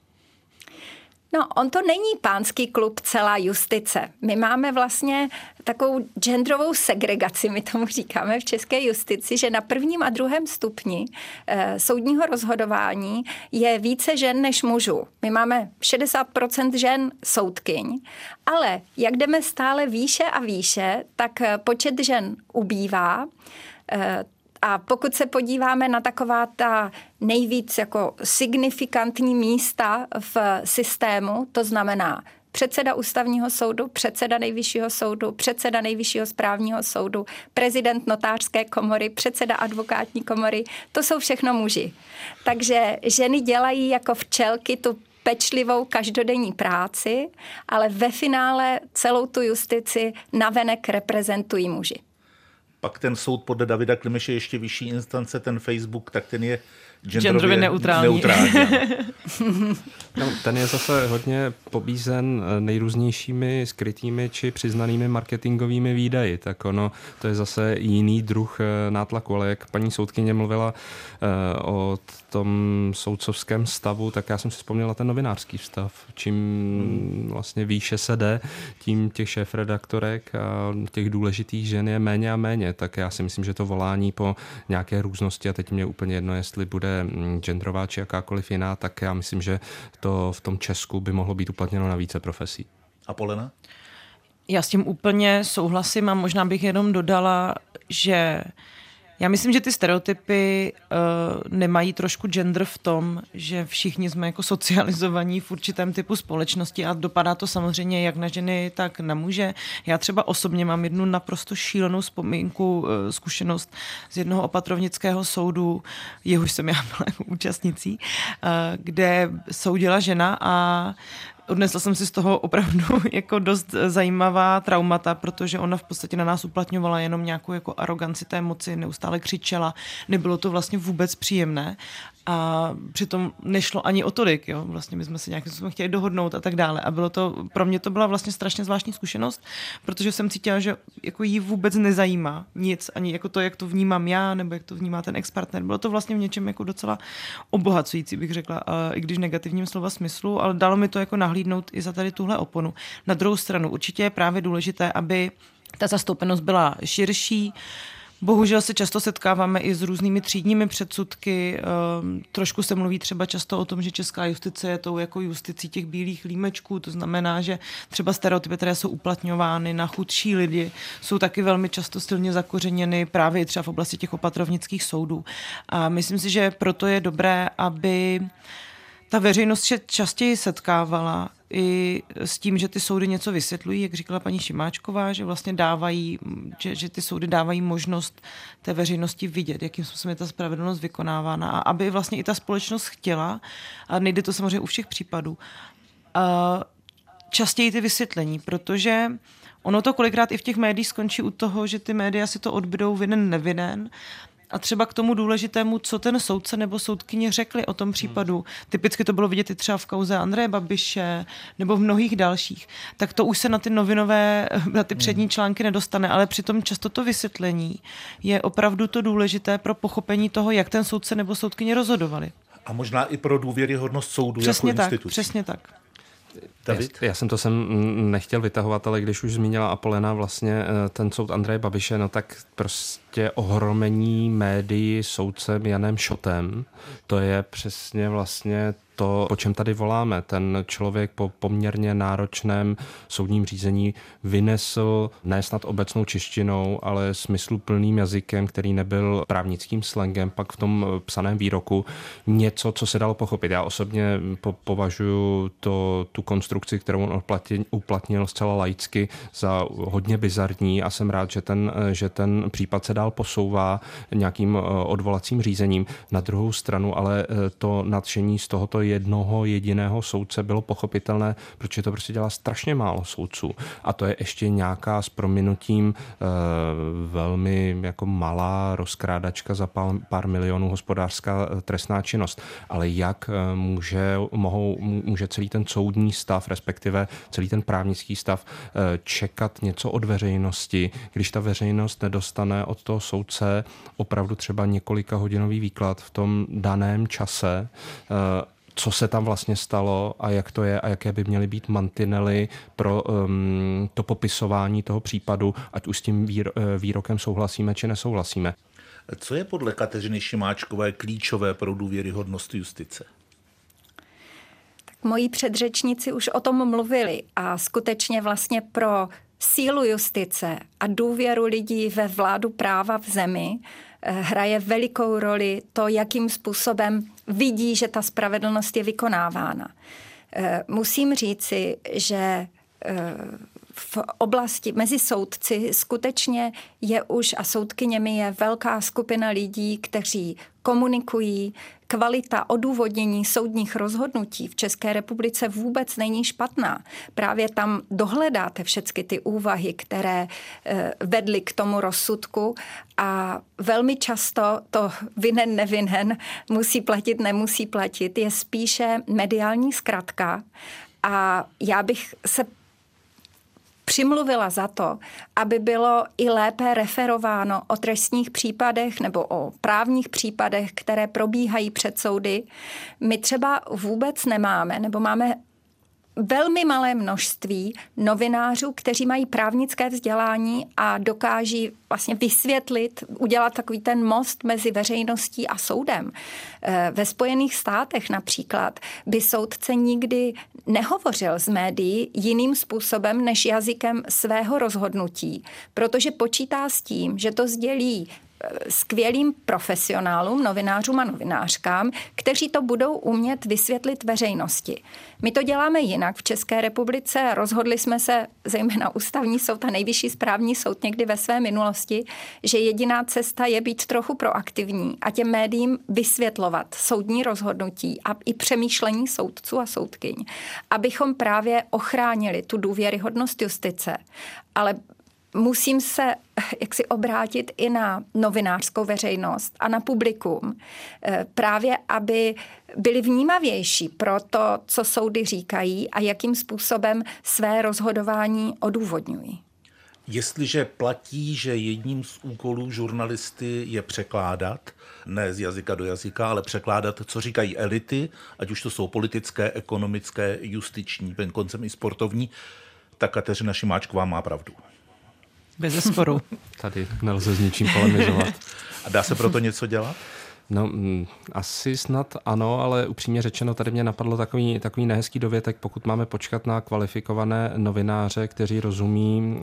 No, on to není pánský klub celá justice. My máme vlastně takovou genderovou segregaci, my tomu říkáme v české justici, že na prvním a druhém stupni e, soudního rozhodování je více žen než mužů. My máme šedesát procent žen soudkyň, ale jak jdeme stále výše a výše, tak počet žen ubývá. E, A pokud se podíváme na taková ta nejvíc jako signifikantní místa v systému, to znamená předseda ústavního soudu, předseda nejvyššího soudu, předseda nejvyššího správního soudu, prezident notářské komory, předseda advokátní komory, to jsou všechno muži. Takže ženy dělají jako včelky tu pečlivou každodenní práci, ale ve finále celou tu justici navenek reprezentují muži. Pak ten soud podle Davida Klimeše ještě vyšší instance, ten Facebook, tak ten je genderově neutrální. neutrální. No, ten je zase hodně pobízen nejrůznějšími skrytými či přiznanými marketingovými výdaji, tak ono, to je zase jiný druh nátlaku, ale jak paní soudkyně mluvila uh, o tom soudcovském stavu, tak já jsem si vzpomněla ten novinářský stav. Čím hmm. vlastně výše se jde, tím těch šéfredaktorek a těch důležitých žen je méně a méně, tak já si myslím, že to volání po nějaké různosti, a teď mě úplně jedno, jestli bude genderová či jakákoliv jiná, tak já myslím, že to v tom Česku by mohlo být uplatněno na více profesí. A Polena? Já s tím úplně souhlasím a možná bych jenom dodala, že já myslím, že ty stereotypy uh, nemají trošku gender v tom, že všichni jsme jako socializovaní v určitém typu společnosti a dopadá to samozřejmě jak na ženy, tak na muže. Já třeba osobně mám jednu naprosto šílenou vzpomínku, uh, zkušenost z jednoho opatrovnického soudu, jehož jsem já byla jako účastnicí, uh, kde soudila žena a odnesla jsem si z toho opravdu jako dost zajímavá traumata, protože ona v podstatě na nás uplatňovala jenom nějakou jako aroganci té moci, neustále křičela, nebylo to vlastně vůbec příjemné a přitom nešlo ani o tolik, jo, vlastně my jsme se nějakým způsobem chtěli dohodnout a tak dále a bylo to, pro mě to byla vlastně strašně zvláštní zkušenost, protože jsem cítila, že jako jí vůbec nezajímá nic, ani jako to, jak to vnímám já, nebo jak to vnímá ten ex-partner, bylo to vlastně v něčem jako docela obohacující, bych řekla, i když v negativním slova smyslu, ale dalo mi to jako nahlídnout i za tady tuhle oponu. Na druhou stranu určitě je právě důležité, aby ta zastoupenost byla širší. Bohužel se často setkáváme i s různými třídními předsudky. Trošku se mluví třeba často o tom, že česká justice je tou jako justicí těch bílých límečků. To znamená, že třeba stereotypy, které jsou uplatňovány na chudší lidi, jsou taky velmi často silně zakořeněny právě třeba v oblasti těch opatrovnických soudů. A myslím si, že proto je dobré, aby ta veřejnost se častěji setkávala i s tím, že ty soudy něco vysvětlují, jak říkala paní Šimáčková, že vlastně dávají, že, že ty soudy dávají možnost té veřejnosti vidět, jakým způsobem je ta spravedlnost vykonávána a aby vlastně i ta společnost chtěla, a nejde to samozřejmě u všech případů, a častěji ty vysvětlení, protože ono to kolikrát i v těch médiích skončí u toho, že ty média si to odbydou vinen nevinen. A třeba k tomu důležitému, co ten soudce nebo soudkyně řekli o tom případu. Typicky to bylo vidět i třeba v kauze Andreje Babiše nebo v mnohých dalších. Tak to už se na ty novinové, na ty přední články nedostane, ale přitom často to vysvětlení je opravdu to důležité pro pochopení toho, jak ten soudce nebo soudkyně rozhodovali. A možná i pro důvěryhodnost soudu přesně jako tak, instituce. Přesně tak. David? Já jsem to sem nechtěl vytahovat, ale když už zmínila Apolena vlastně ten soud Andreje Babiše, no tak prostě ohromení médií soudcem Janem Šotem, to je přesně vlastně to, po čem tady voláme. Ten člověk po poměrně náročném soudním řízení vynesl ne snad obecnou češtinou, ale smysluplným jazykem, který nebyl právnickým slangem, pak v tom psaném výroku něco, co se dalo pochopit. Já osobně po- považuji to, tu konstrukci, kterou on uplatnil, uplatnil zcela laicky, za hodně bizarní a jsem rád, že ten, že ten případ se dál posouvá nějakým odvolacím řízením. Na druhou stranu ale to nadšení z tohoto jednoho jediného soudce bylo pochopitelné, protože to prostě dělá strašně málo soudců. A to je ještě nějaká s prominutím e, velmi jako malá rozkrádačka za pár, pár milionů hospodářská trestná činnost. Ale jak může, mohou, může celý ten soudní stav, respektive celý ten právnický stav e, čekat něco od veřejnosti, když ta veřejnost nedostane od toho soudce opravdu třeba několika hodinový výklad v tom daném čase, e, co se tam vlastně stalo a jak to je a jaké by měly být mantinely pro um, to popisování toho případu, ať už s tím výro, výrokem souhlasíme či nesouhlasíme. Co je podle Kateřiny Šimáčkové klíčové pro důvěryhodnost justice? Tak moji předřečníci už o tom mluvili a skutečně vlastně pro sílu justice a důvěru lidí ve vládu práva v zemi hraje velikou roli to, jakým způsobem vidí, že ta spravedlnost je vykonávána. Musím říci, že v oblasti mezi soudci skutečně je už a soudkyněmi je velká skupina lidí, kteří komunikují, kvalita odůvodnění soudních rozhodnutí v České republice vůbec není špatná. Právě tam dohledáte všechny ty úvahy, které vedly k tomu rozsudku a velmi často to vinen, nevinen, musí platit, nemusí platit, je spíše mediální zkratka a já bych se přimluvila za to, aby bylo i lépe referováno o trestních případech nebo o právních případech, které probíhají před soudy. My třeba vůbec nemáme, nebo máme velmi malé množství novinářů, kteří mají právnické vzdělání a dokáží vlastně vysvětlit, udělat takový ten most mezi veřejností a soudem. Ve Spojených státech například by soudce nikdy nehovořil s médií jiným způsobem než jazykem svého rozhodnutí, protože počítá s tím, že to sdělí skvělým profesionálům, novinářům a novinářkám, kteří to budou umět vysvětlit veřejnosti. My to děláme jinak v České republice. Rozhodli jsme se, zejména ústavní soud a nejvyšší správní soud někdy ve své minulosti, že jediná cesta je být trochu proaktivní a těm médiím vysvětlovat soudní rozhodnutí a i přemýšlení soudců a soudkyň, abychom právě ochránili tu důvěryhodnost justice. Ale musím se jaksi obrátit i na novinářskou veřejnost a na publikum, právě aby byli vnímavější pro to, co soudy říkají a jakým způsobem své rozhodování odůvodňují. Jestliže platí, že jedním z úkolů žurnalisty je překládat, ne z jazyka do jazyka, ale překládat, co říkají elity, ať už to jsou politické, ekonomické, justiční, koncem i sportovní, tak Kateřina Šimáčková má pravdu. Bezesporu. Tady nelze s ničím polemizovat. A dá se proto něco dělat? No, m, asi snad ano, ale upřímně řečeno, tady mě napadlo takový, takový nehezký dovětek, pokud máme počkat na kvalifikované novináře, kteří rozumí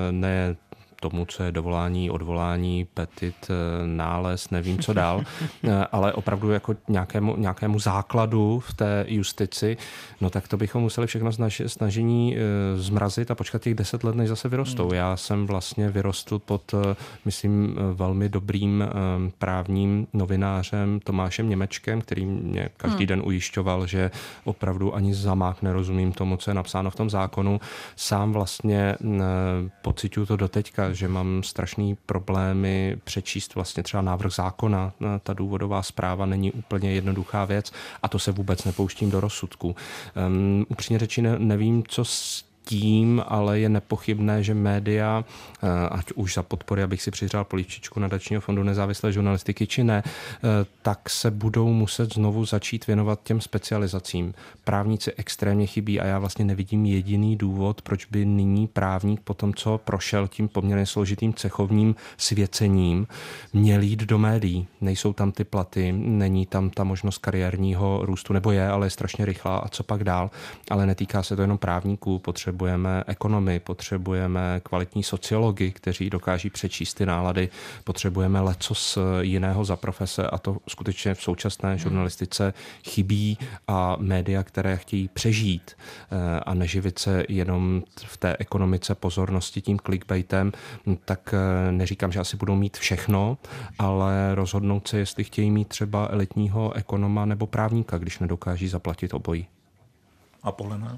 ne tomu, co je dovolání, odvolání, petit, nález, nevím co dál, ale opravdu jako nějakému, nějakému základu v té justici, no tak to bychom museli všechno snažení zmrazit a počkat těch deset let, než zase vyrostou. Já jsem vlastně vyrostl pod, myslím, velmi dobrým právním novinářem Tomášem Němečkem, který mě každý hmm. den ujišťoval, že opravdu ani zamák nerozumím tomu, co je napsáno v tom zákonu. Sám vlastně pociťuju to doteďka, že mám strašný problémy přečíst vlastně třeba návrh zákona. Ta důvodová zpráva není úplně jednoduchá věc a to se vůbec nepouštím do rozsudku. Um, upřímně řeči ne, nevím, co s tím, ale je nepochybné, že média, ať už za podpory, abych si přihřál polívčičku Nadačního fondu nezávislé žurnalistiky, či ne, tak se budou muset znovu začít věnovat těm specializacím. Právníci extrémně chybí a já vlastně nevidím jediný důvod, proč by nyní právník po tom, co prošel tím poměrně složitým cechovním svěcením, měl jít do médií. Nejsou tam ty platy, není tam ta možnost kariérního růstu, nebo je, ale je strašně rychlá a co pak dál. Ale netýká se to jenom právníků, potřebuje Potřebujeme ekonomy, potřebujeme kvalitní sociology, kteří dokáží přečíst ty nálady, potřebujeme lecos jiného za profese a to skutečně v současné žurnalistice chybí a média, které chtějí přežít a neživit se jenom v té ekonomice pozornosti tím clickbaitem, tak neříkám, že asi budou mít všechno, ale rozhodnout se, jestli chtějí mít třeba elitního ekonoma nebo právníka, když nedokáží zaplatit obojí. A Polena?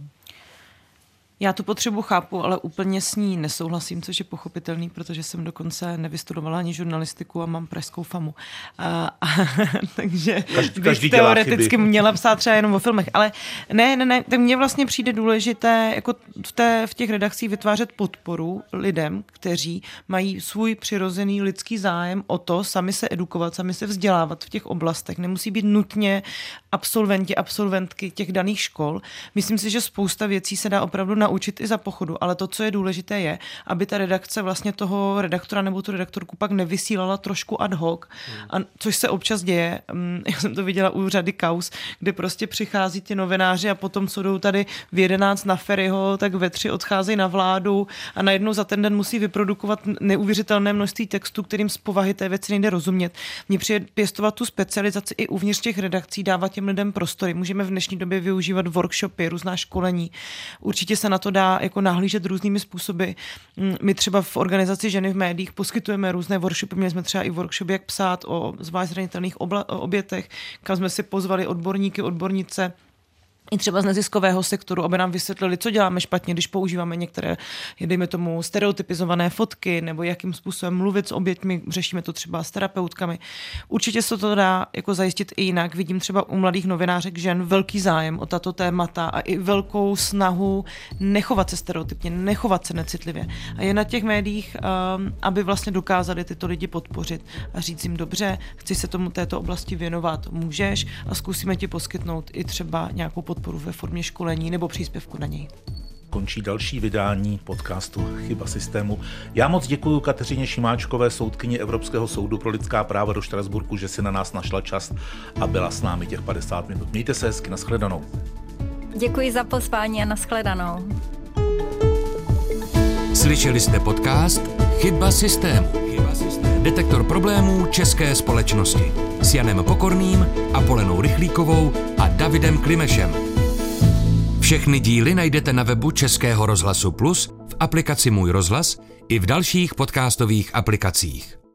Já tu potřebu chápu, ale úplně s ní nesouhlasím, což je pochopitelný, protože jsem dokonce nevystudovala ani žurnalistiku a mám pražskou famu. A, a, takže každý, bych každý teoreticky měla psát třeba jenom o filmech. Ale ne, ne, ne, tak mně vlastně přijde důležité jako v, té, v těch redakcích vytvářet podporu lidem, kteří mají svůj přirozený lidský zájem o to sami se edukovat, sami se vzdělávat v těch oblastech. Nemusí být nutně absolventi, absolventky těch daných škol. Myslím si, že spousta věcí se dá opravdu naučit i za pochodu, ale to, co je důležité, je, aby ta redakce vlastně toho redaktora nebo tu redaktorku pak nevysílala trošku ad hoc, a což se občas děje. Já jsem to viděla u řady kauz, kde prostě přichází ti novináři a potom, co jdou tady v jedenáct na Ferryho, tak ve tři odcházejí na vládu a najednou za ten den musí vyprodukovat neuvěřitelné množství textů, kterým z povahy té věci nejde rozumět. Mně přijde pěstovat tu specializaci i uvnitř těch redakcí, dávat těm lidem prostory. Můžeme v dnešní době využívat workshopy, různá školení. Určitě se na na to dá jako nahlížet různými způsoby. My třeba v organizaci Ženy v médiích poskytujeme různé workshopy, měli jsme třeba i workshop, jak psát o zvlášť zranitelných obla- obětech, kam jsme si pozvali odborníky, odbornice, i třeba z neziskového sektoru, aby nám vysvětlili, co děláme špatně, když používáme některé, dejme tomu, stereotypizované fotky, nebo jakým způsobem mluvit s oběťmi, řešíme to třeba s terapeutkami. Určitě se to dá jako zajistit i jinak. Vidím třeba u mladých novinářek žen velký zájem o tato témata a i velkou snahu nechovat se stereotypně, nechovat se necitlivě. A je na těch médiích, aby vlastně dokázali tyto lidi podpořit a říct jim dobře, chci se tomu této oblasti věnovat, můžeš a zkusíme ti poskytnout i třeba nějakou podporu ve formě školení nebo příspěvku na něj. Končí další vydání podcastu Chyba systému. Já moc děkuji Kateřině Šimáčkové, soudkyni Evropského soudu pro lidská práva do Štrasburku, že si na nás našla čas a byla s námi těch padesát minut. Mějte se hezky, nashledanou. Děkuji za pozvání a nashledanou. Slyšeli jste podcast Chyba systému. Detektor problémů české společnosti s Janem Pokorným, Apolenou Rychlíkovou a Davidem Klimešem. Všechny díly najdete na webu Českého rozhlasu Plus, v aplikaci Můj rozhlas i v dalších podcastových aplikacích.